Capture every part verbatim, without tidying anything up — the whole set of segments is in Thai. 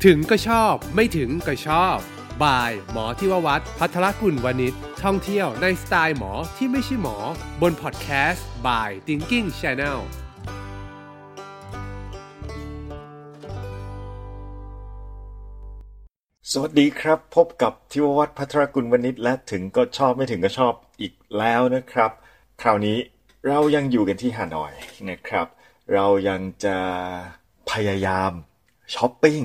ถึงก็ชอบไม่ถึงก็ชอบบายหมอที่ววัฒน์ภัทรกุลวณิชท่องเที่ยวในสไตล์หมอที่ไม่ใช่หมอบนพอดแคสต์ by Thinking Channel สวัสดีครับพบกับทิววัฒน์ภัทรกุลวณิชและถึงก็ชอบไม่ถึงก็ชอบอีกแล้วนะครับคราวนี้เรายังอยู่กันที่ฮานอยนะครับเรายังจะพยายามช้อปปิ้ง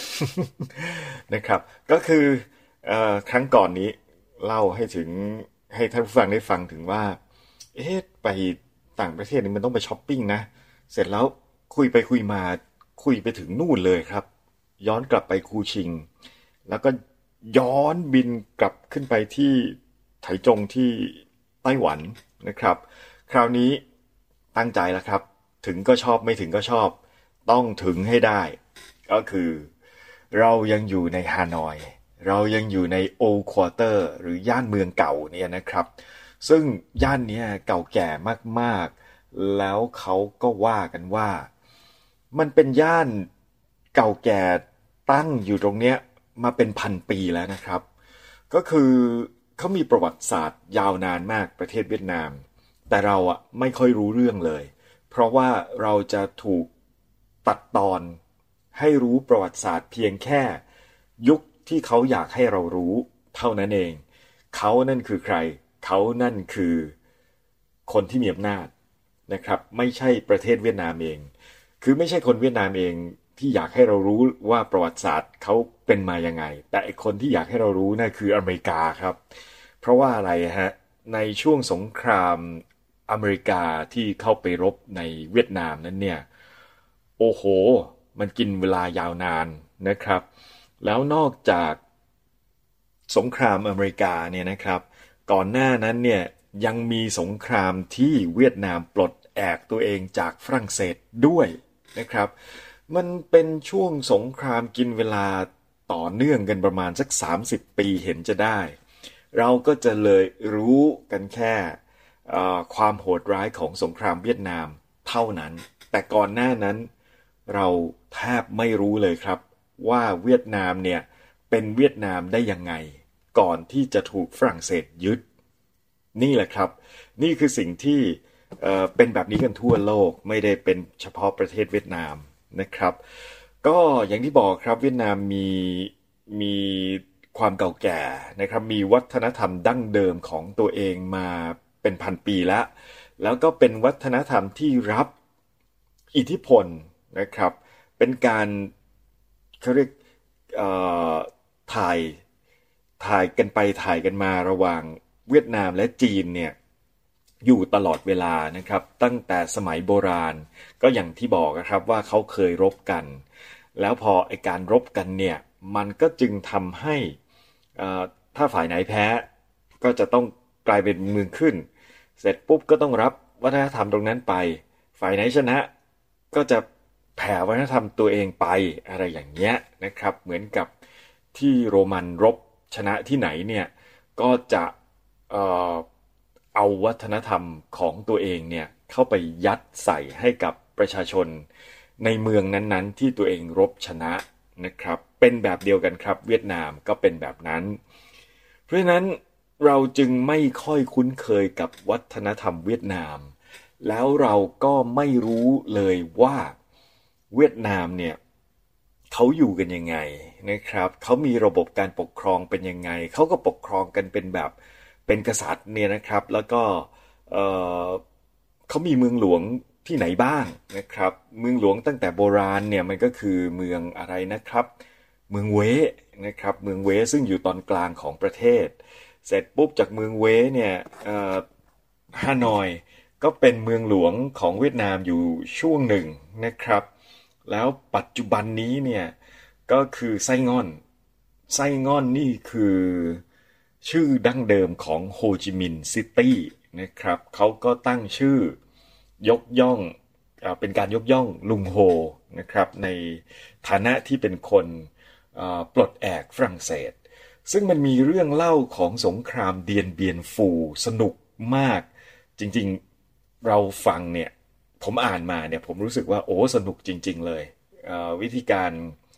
นะครับก็คือเอ่อครั้งก่อนนี้เล่าให้ถึงให้ท่านผู้ฟังได้ฟังถึงว่าเอ๊ะไปต่างประเทศนี่มันต้องไปช้อปปิ้งนะเสร็จแล้วคุยไปคุยมาคุยไปถึงนู่นเลยครับย้อนกลับไปคูชิงแล้วก็ย้อนบินกลับขึ้นไปที่ไถจงที่ไต้หวันนะครับคราวนี้ตั้งใจแล้วครับถึงก็ชอบไม่ถึงก็ชอบต้องถึงให้ได้ก็คือเรายังอยู่ในฮานอยเรายังอยู่ในโอลด์ควอเตอร์หรือย่านเมืองเก่าเนี่ยนะครับซึ่งย่านนี้เก่าแก่มากๆแล้วเขาก็ว่ากันว่ามันเป็นย่านเก่าแก่ตั้งอยู่ตรงเนี้ยมาเป็นพันปีแล้วนะครับก็คือเขามีประวัติศาสตร์ยาวนานมากประเทศเวียดนามแต่เราอ่ะไม่ค่อยรู้เรื่องเลยเพราะว่าเราจะถูกตัดตอนให้รู้ประวัติศาสตร์เพียงแค่ยุคที่เขาอยากให้เรารู้เท่านั้นเองเขานั่นคือใครเขานั่นคือคนที่มีอำนาจนะครับไม่ใช่ประเทศเวียดนามเองคือไม่ใช่คนเวียดนามเองที่อยากให้เรารู้ว่าประวัติศาสตร์เขาเป็นมายังไงแต่ไอ้คนที่อยากให้เรารู้นั่นคืออเมริกาครับเพราะว่าอะไรฮะในช่วงสงครามอเมริกาที่เข้าไปรบในเวียดนามนั้นเนี่ยโอ้โหมันกินเวลายาวนานนะครับแล้วนอกจากสงครามอเมริกาเนี่ยนะครับก่อนหน้านั้นเนี่ยยังมีสงครามที่เวียดนามปลดแอกตัวเองจากฝรั่งเศสด้วยนะครับมันเป็นช่วงสงครามกินเวลาต่อเนื่องกันประมาณสักสามสิบปีเห็นจะได้เราก็จะเลยรู้กันแค่ความโหดร้ายของสงครามเวียดนามเท่านั้นแต่ก่อนหน้านั้นเราแทบไม่รู้เลยครับว่าเวียดนามเนี่ยเป็นเวียดนามได้ยังไงก่อนที่จะถูกฝรั่งเศสยึดนี่แหละครับนี่คือสิ่งที่เอ่อเป็นแบบนี้กันทั่วโลกไม่ได้เป็นเฉพาะประเทศเวียดนามนะครับก็อย่างที่บอกครับเวียดนามมีมีความเก่าแก่นะครับมีวัฒนธรรมดั้งเดิมของตัวเองมาเป็นพันปีแล้วแล้วก็เป็นวัฒนธรรมที่รับอิทธิพลนะครับเป็นการเขาเรียกถ่ายถ่ายกันไปถ่ายกันมาระหว่างเวียดนามและจีนเนี่ยอยู่ตลอดเวลานะครับตั้งแต่สมัยโบราณก็อย่างที่บอกนะครับว่าเขาเคยรบกันแล้วพอไอการรบกันเนี่ยมันก็จึงทำให้ถ้าฝ่ายไหนแพ้ก็จะต้องกลายเป็นเมืองขึ้นเสร็จปุ๊บก็ต้องรับวัฒนธรรมตรงนั้นไปฝ่ายไหนชนะก็จะแผ่วัฒนธรรมตัวเองไปอะไรอย่างเงี้ยนะครับเหมือนกับที่โรมันรบชนะที่ไหนเนี่ยก็จะเอ่อเอาวัฒนธรรมของตัวเองเนี่ยเข้าไปยัดใส่ให้กับประชาชนในเมืองนั้นๆที่ตัวเองรบชนะนะครับเป็นแบบเดียวกันครับเวียดนามก็เป็นแบบนั้นเพราะฉะนั้นเราจึงไม่ค่อยคุ้นเคยกับวัฒนธรรมเวียดนามแล้วเราก็ไม่รู้เลยว่าเวียดนามเนี่ยเขาอยู่กันยังไงนะครับเขามีระบบการปกครองเป็นยังไงเขาก็ปกครองกันเป็นแบบเป็นกษัตริย์เนี่ยนะครับแล้วก็เอ่อเขามีเมืองหลวงที่ไหนบ้างนะครับเมืองหลวงตั้งแต่โบราณเนี่ยมันก็คือเมืองอะไรนะครับเมืองเวนะครับเมืองเวซึ่งอยู่ตอนกลางของประเทศเสร็จปุ๊บจากเมืองเวเนี่ยเอ่อฮานอยก็เป็นเมืองหลวงของเวียดนามอยู่ช่วงหนึ่งนะครับแล้วปัจจุบันนี้เนี่ยก็คือไส้ง่อนไส้ง่อนนี่คือชื่อดั้งเดิมของโฮจิมินห์ซิตี้นะครับเขาก็ตั้งชื่อยกย่องเป็นการยกย่องลุงโฮนะครับในฐานะที่เป็นคนปลดแอกฝรั่งเศสซึ่งมันมีเรื่องเล่าของสงครามเดียนเบียนฟูสนุกมากจริงๆเราฟังเนี่ยผมอ่านมาเนี่ยผมรู้สึกว่าโอ้สนุกจริงๆเลยวิธีการ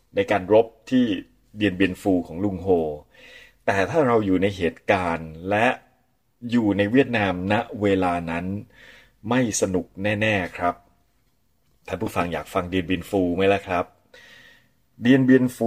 ในการรบที่เดียนเบียนฟูของลุงโฮแต่ถ้าเราอยู่ในเหตุการณ์และอยู่ในเวียดนามณเวลานั้นไม่สนุกแน่ๆครับท่านผู้ฟังอยากฟังเดียนเบียนฟูไหมล่ะครับเดียนเบียนฟู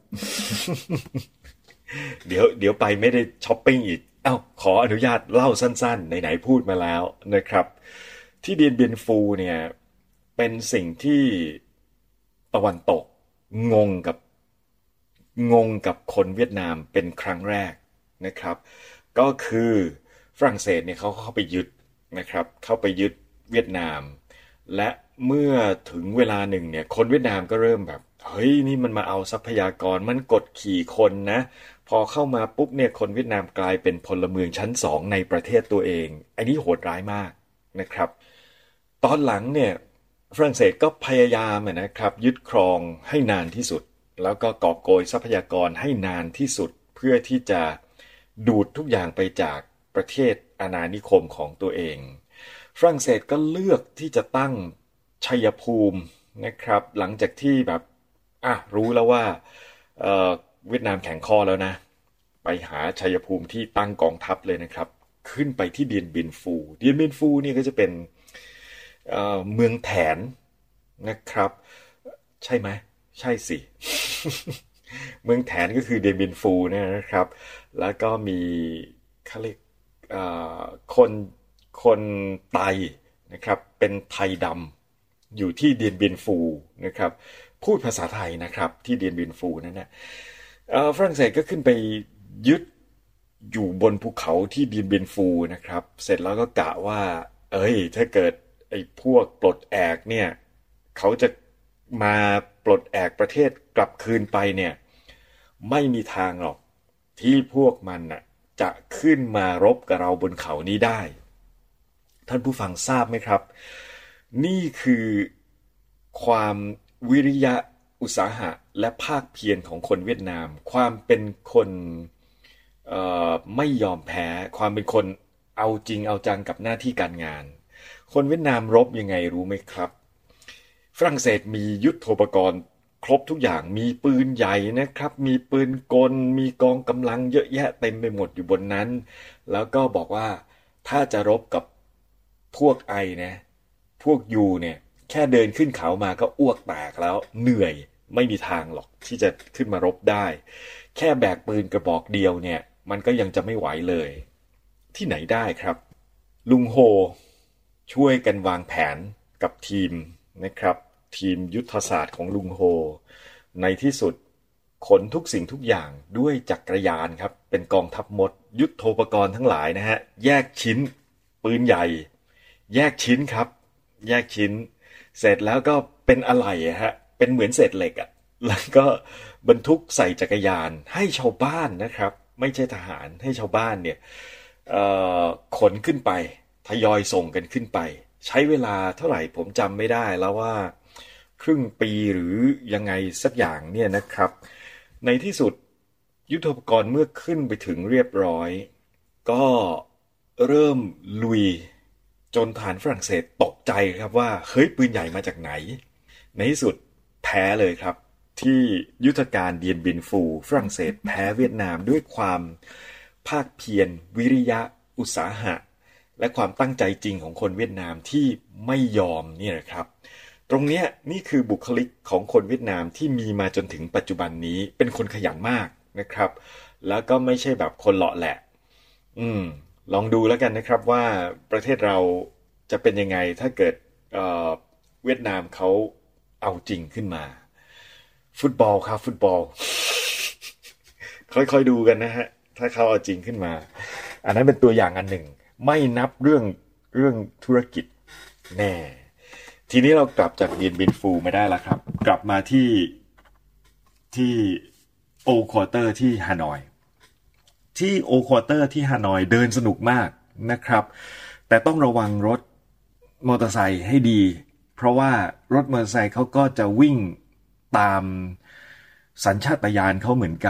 เดี๋ยวเดี๋ยวไปไม่ได้ช้อปปิ้งอีกเอ้าขออนุญาตเล่าสั้นๆไหนๆพูดมาแล้วนะครับที่เดียนเบียนฟูเนี่ยเป็นสิ่งที่ตะวันตกงงกับงงกับคนเวียดนามเป็นครั้งแรกนะครับก็คือฝรั่งเศสเนี่ยเขาเข้าไปยึดนะครับเข้าไปยึดเวียดนามและเมื่อถึงเวลาหนึ่งเนี่ยคนเวียดนามก็เริ่มแบบเฮ้ยนี่มันมาเอาทรัพยากรมันกดขี่คนนะพอเข้ามาปุ๊บเนี่ยคนเวียดนามกลายเป็นพลเมืองชั้นสองในประเทศตัวเองอันนี้โหดร้ายมากนะครับตอนหลังเนี่ยฝรั่งเศสก็พยายามนะครับยึดครองให้นานที่สุดแล้วก็กอบโกยทรัพยากรให้นานที่สุดเพื่อที่จะดูดทุกอย่างไปจากประเทศอาณานิคมของตัวเองฝรั่งเศสก็เลือกที่จะตั้งชัยภูมินะครับหลังจากที่แบบอ่ะรู้แล้วว่าเอ่อเวียดนามแข็งข้อแล้วนะไปหาชัยภูมิที่ตั้งกองทัพเลยนะครับขึ้นไปที่เดียนเบียนฟูเดียนเบียนฟูนี่ก็จะเป็นเอ่อเมืองแถนนะครับใช่ไหมใช่สิ เมืองแถนก็คือเดียนเบียนฟูเนี่ยนะครับแล้วก็มีเขาเรียกคนคนไตนะครับเป็นไทยดำอยู่ที่เดียนเบียนฟูนะครับพูดภาษาไทยนะครับที่เดียนเบียนฟูนั่นนะฝรั่งเศสก็ขึ้นไปยึดอยู่บนภูเขาที่เดียนเบียนฟูนะครับเสร็จแล้วก็กะว่าเอ้ยถ้าเกิดไอ้พวกปลดแอกเนี่ยเขาจะมาปลดแอกประเทศกลับคืนไปเนี่ยไม่มีทางหรอกที่พวกมันน่ะจะขึ้นมารบกับเราบนเขานี้ได้ท่านผู้ฟังทราบไหมครับนี่คือความวิริยะอุตสาหะและภาคเพียรของคนเวียดนามความเป็นคนเอ่อไม่ยอมแพ้ความเป็นคนเอาจริงเอาจังกับหน้าที่การงานคนเวียดนามรบยังไงรู้ไหมครับฝรั่งเศสมียุทโธปกรณ์ครบทุกอย่างมีปืนใหญ่นะครับมีปืนกลมีกองกำลังเยอะแยะเต็มไปหมดอยู่บนนั้นแล้วก็บอกว่าถ้าจะรบกับพวกไอนะพวกยูเนี่ยแค่เดินขึ้นเขามาก็อ้วกแตกแล้วเหนื่อยไม่มีทางหรอกที่จะขึ้นมารบได้แค่แบกปืนกระบอกเดียวเนี่ยมันก็ยังจะไม่ไหวเลยที่ไหนได้ครับลุงโฮช่วยกันวางแผนกับทีมนะครับทีมยุทธศาสตร์ของลุงโฮในที่สุดขนทุกสิ่งทุกอย่างด้วยจักรยานครับเป็นกองทัพมดยุทโธปกรณ์ทั้งหลายนะฮะแยกชิ้นปืนใหญ่แยกชิ้นครับแยกชิ้นเสร็จแล้วก็เป็นอะไหล่ฮะเป็นเหมือนเศษเหล็กอ่ะแล้วก็บรรทุกใส่จักรยานให้ชาวบ้านนะครับไม่ใช่ทหารให้ชาวบ้านเนี่ยขนขึ้นไปทยอยส่งกันขึ้นไปใช้เวลาเท่าไหร่ผมจำไม่ได้แล้วว่าครึ่งปีหรือยังไงสักอย่างเนี่ยนะครับในที่สุดยุทโธปกรณ์เมื่อขึ้นไปถึงเรียบร้อยก็เริ่มลุยจนทหารฝรั่งเศสตกใจครับว่าเฮ้ยปืนใหญ่มาจากไหนในที่สุดแพ้เลยครับที่ยุทธการเดียนบินฟูฝรั่งเศสแพ้เวียดนามด้วยความภาคเพียรวิริยะอุตสาหะและความตั้งใจจริงของคนเวียดนามที่ไม่ยอมเนี่ยนะครับตรงเนี้ยนี่คือบุคลิกของคนเวียดนามที่มีมาจนถึงปัจจุบันนี้เป็นคนขยันมากนะครับแล้วก็ไม่ใช่แบบคนเลาะแหละอืมลองดูแล้วกันนะครับว่าประเทศเราจะเป็นยังไงถ้าเกิด เอ่อ เวียดนามเขาเอาจริงขึ้นมาฟุตบอลครับฟุตบอล ค่อยๆดูกันนะฮะถ้าเขาเอาจริงขึ้นมาอันนั้นเป็นตัวอย่างอันหนึ่งไม่นับเรื่องเรื่องธุรกิจแน่ทีนี้เรากลับจากเดียนบินฟูไม่ได้แล้วครับกลับมาที่ที่โอควอเตอร์ที่ฮานอยที่โอควอเตอร์ที่ฮานอยเดินสนุกมากนะครับแต่ต้องระวังรถมอเตอร์ไซค์ให้ดีเพราะว่ารถมอเตอร์ไซค์เขาก็จะวิ่งตามสัญชาตญาณเขาเหมือนกัน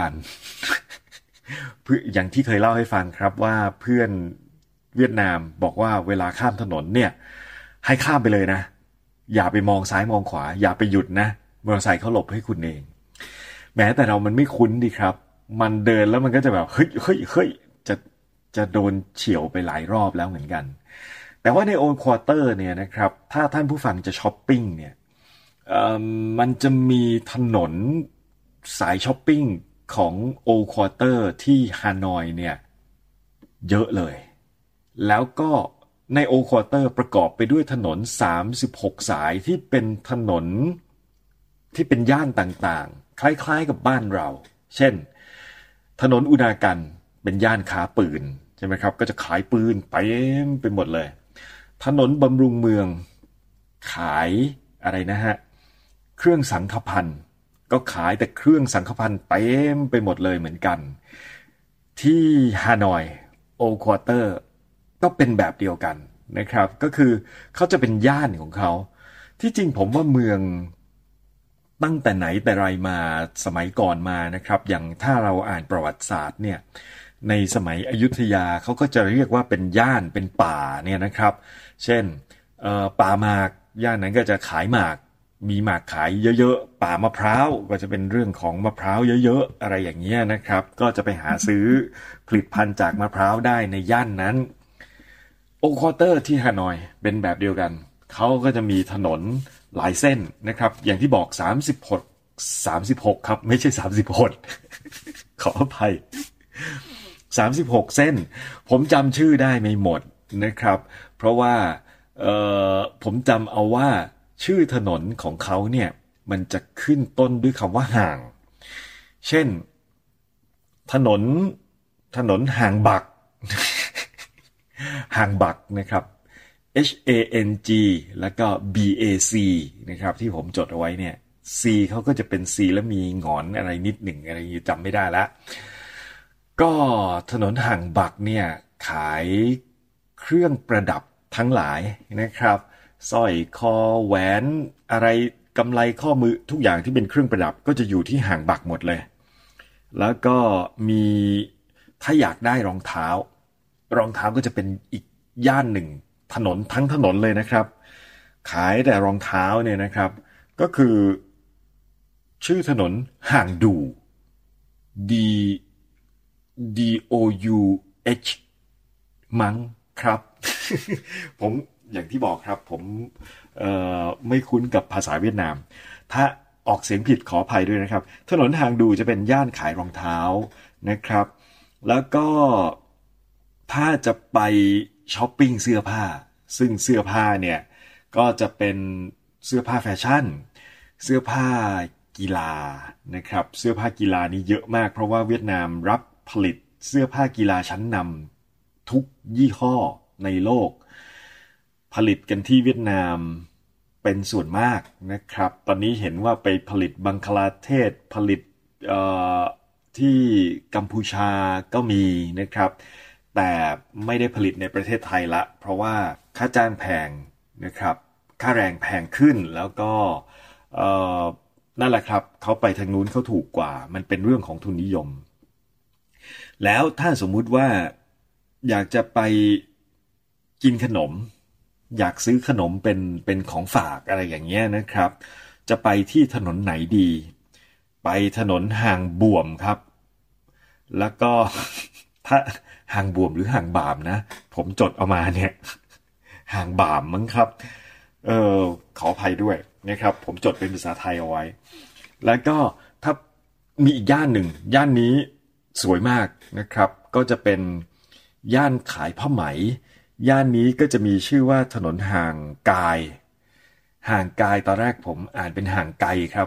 อย่างที่เคยเล่าให้ฟังครับว่าเพื่อนเวียดนามบอกว่าเวลาข้ามถนนเนี่ยให้ข้ามไปเลยนะอย่าไปมองซ้ายมองขวาอย่าไปหยุดนะมอเตอร์ไซค์เขาหลบให้คุณเองแม้แต่เรามันไม่คุ้นดีครับมันเดินแล้วมันก็จะแบบเฮ้ยเฮ้ยเฮ้ยจะจะโดนเฉี่ยวไปหลายรอบแล้วเหมือนกันแต่ว่าในโอควอเตอร์เนี่ยนะครับถ้าท่านผู้ฟังจะช้อปปิ้งเนี่ยมันจะมีถนนสายช้อปปิ้งของโอควอเตอร์ที่ฮานอยเนี่ยเยอะเลยแล้วก็ในโอควอเตอร์ประกอบไปด้วยถนนสามสิบหกสายที่เป็นถนนที่เป็นย่านต่างๆคล้ายๆกับบ้านเราเช่นถนนอุณากันเป็นย่านค้าปืนใช่ไหมครับก็จะขายปืนไปไปหมดเลยถนนบำรุงเมืองขายอะไรนะฮะเครื่องสังฆพันธ์ก็ขายแต่เครื่องสังฆพันธ์เต็มไปหมดเลยเหมือนกันที่ฮานอยโอควอเตอร์ก็เป็นแบบเดียวกันนะครับก็คือเขาจะเป็นย่านของเขาที่จริงผมว่าเมืองตั้งแต่ไหนแต่ไรมาสมัยก่อนมานะครับอย่างถ้าเราอ่านประวัติศาสตร์เนี่ยในสมัยอยุธยาเขาก็จะเรียกว่าเป็นย่านเป็นป่าเนี่ยนะครับเช่นป่าหมากย่านนั้นก็จะขายหมากมีหมากขายเยอะๆป่ามะพร้าวก็จะเป็นเรื่องของมะพร้าวเยอะๆอะไรอย่างเงี้ยนะครับก็จะไปหาซื้อผลิตภัณฑ์จากมะพร้าวได้ในย่านนั้นโอควอเตอร์ที่ฮานอยเป็นแบบเดียวกันเขาก็จะมีถนนหลายเส้นนะครับอย่างที่บอกสามสิบหก สามสิบหกครับไม่ใช่สามสิบหก ขออภัยสามสิบหกเส้นผมจำชื่อได้ไม่หมดนะครับเพราะว่าเอ่อผมจำเอาว่าชื่อถนนของเขาเนี่ยมันจะขึ้นต้นด้วยคำว่าห่างเช่นถนนถนนห่างบัก ห่างบักนะครับ H A N G แล้วก็ B A C นะครับที่ผมจดเอาไว้เนี่ย C เขาก็จะเป็น C แล้วมีหงอนอะไรนิดหนึ่งอะไรจำไม่ได้ละก็ถนนห่างบักเนี่ยขายเครื่องประดับทั้งหลายนะครับสร้อยคอแหวนอะไรกำไลข้อมือทุกอย่างที่เป็นเครื่องประดับก็จะอยู่ที่ห่างบักหมดเลยแล้วก็มีถ้าอยากได้รองเท้ารองเท้าก็จะเป็นอีกย่านหนึ่งถนนทั้งถนนเลยนะครับขายแต่รองเท้าเนี่ยนะครับก็คือชื่อถนนห่างดู D D O U H มั้งครับ ผมอย่างที่บอกครับผมเอ่อไม่คุ้นกับภาษาเวียดนามถ้าออกเสียงผิดขออภัยด้วยนะครับถนนห่างดูจะเป็นย่านขายรองเท้านะครับแล้วก็ถ้าจะไปช้อปปิ้งเสื้อผ้าซึ่งเสื้อผ้าเนี่ยก็จะเป็นเสื้อผ้าแฟชั่นเสื้อผ้ากีฬานะครับเสื้อผ้ากีฬานี่เยอะมากเพราะว่าเวียดนามรับผลิตเสื้อผ้ากีฬาชั้นนำทุกยี่ห้อในโลกผลิตกันที่เวียดนามเป็นส่วนมากนะครับตอนนี้เห็นว่าไปผลิตบังคลาเทศผลิตที่กัมพูชาก็มีนะครับแต่ไม่ได้ผลิตในประเทศไทยละเพราะว่าค่าจ้างแพงนะครับค่าแรงแพงขึ้นแล้วก็นั่นแหละครับเขาไปทางนู้นเขาถูกกว่ามันเป็นเรื่องของทุนนิยมแล้วถ้าสมมุติว่าอยากจะไปกินขนมอยากซื้อขนมเป็นเป็นของฝากอะไรอย่างเงี้ยนะครับจะไปที่ถนนไหนดีไปถนนห่างบ่วมครับแล้วก็ถ้าห่างบ่วมหรือห่างบามนะผมจดเอามาเนี่ยห่างบามมั้งครับเออขออภัยด้วยนะครับผมจดเป็นภาษาไทยเอาไว้แล้วก็ถ้ามีอีกย่านหนึ่งย่านนี้สวยมากนะครับก็จะเป็นย่านขายผ้าไหมย่านนี้ก็จะมีชื่อว่าถนนห่างกายห่างกายตอนแรกผมอ่านเป็นห่างไกลครับ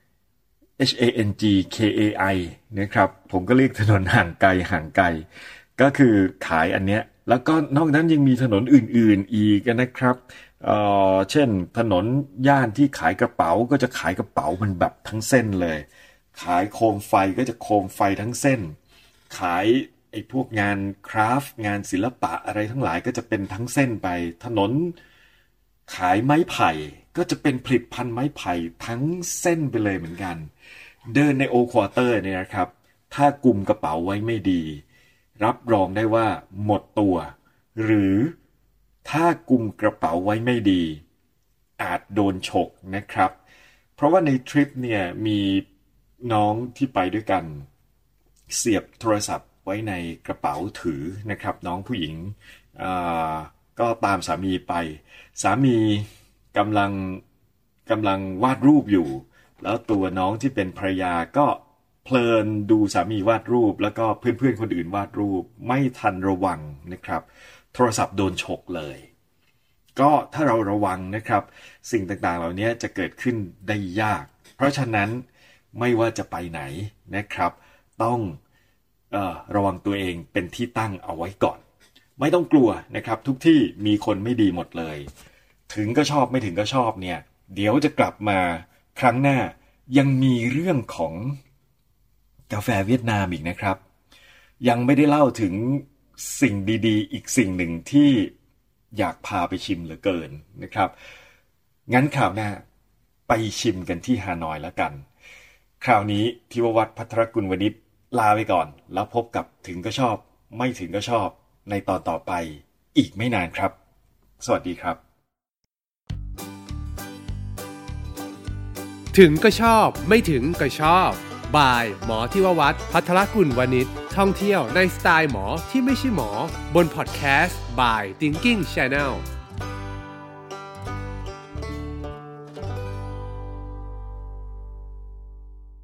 H A N G K A I นะครับผมก็เรียกถนนห่างไกลห่างไกลก็คือขายอันเนี้ยแล้วก็นอกนั้นยังมีถนนอื่นๆอีกนะครับเอ่อเช่นถนนย่านที่ขายกระเป๋าก็จะขายกระเป๋ามันแบบทั้งเส้นเลยขายโคมไฟก็จะโคมไฟทั้งเส้นขายไอ้พวกงานคราฟต์งานศิลปะอะไรทั้งหลายก็จะเป็นทั้งเส้นไปถนนขายไม้ไผ่ก็จะเป็นผลิตภัณฑ์ไม้ไผ่ทั้งเส้นไปเลยเหมือนกันเดินในโอควอเตอร์เนี่ยนะครับถ้ากุมกระเป๋าไว้ไม่ดีรับรองได้ว่าหมดตัวหรือถ้ากุมกระเป๋าไว้ไม่ดีอาจโดนฉกนะครับเพราะว่าในทริปเนี่ยมีน้องที่ไปด้วยกันเสียบโทรศัพท์ไว้ในกระเป๋าถือนะครับน้องผู้หญิงก็ตามสามีไปสามีกำลังกำลังวาดรูปอยู่แล้วตัวน้องที่เป็นภรรยาก็เพลินดูสามีวาดรูปแล้วก็เพื่อนๆคนอื่นวาดรูปไม่ทันระวังนะครับโทรศัพท์โดนฉกเลยก็ถ้าเราระวังนะครับสิ่งต่างๆเหล่านี้จะเกิดขึ้นได้ยากเพราะฉะนั้นไม่ว่าจะไปไหนนะครับต้องเอ่อระวังตัวเองเป็นที่ตั้งเอาไว้ก่อนไม่ต้องกลัวนะครับทุกที่มีคนไม่ดีหมดเลยถึงก็ชอบไม่ถึงก็ชอบเนี่ยเดี๋ยวจะกลับมาครั้งหน้ายังมีเรื่องของกาแฟเวียดนามอีกนะครับยังไม่ได้เล่าถึงสิ่งดีๆอีกสิ่งหนึ่งที่อยากพาไปชิมเหลือเกินนะครับงั้นคราวหน้าไปชิมกันที่ฮานอยแล้วกันคราวนี้ทิววัฒน์ภัทรกุลวณิชลาไปก่อนแล้วพบกับถึงก็ชอบไม่ถึงก็ชอบในตอนต่อไปอีกไม่นานครับสวัสดีครับถึงก็ชอบไม่ถึงก็ชอบบายหมอทิววัฒน์ภัทรกุลวณิชท่องเที่ยวในสไตล์หมอที่ไม่ใช่หมอบนพอดแคสต์ by Thinking Channel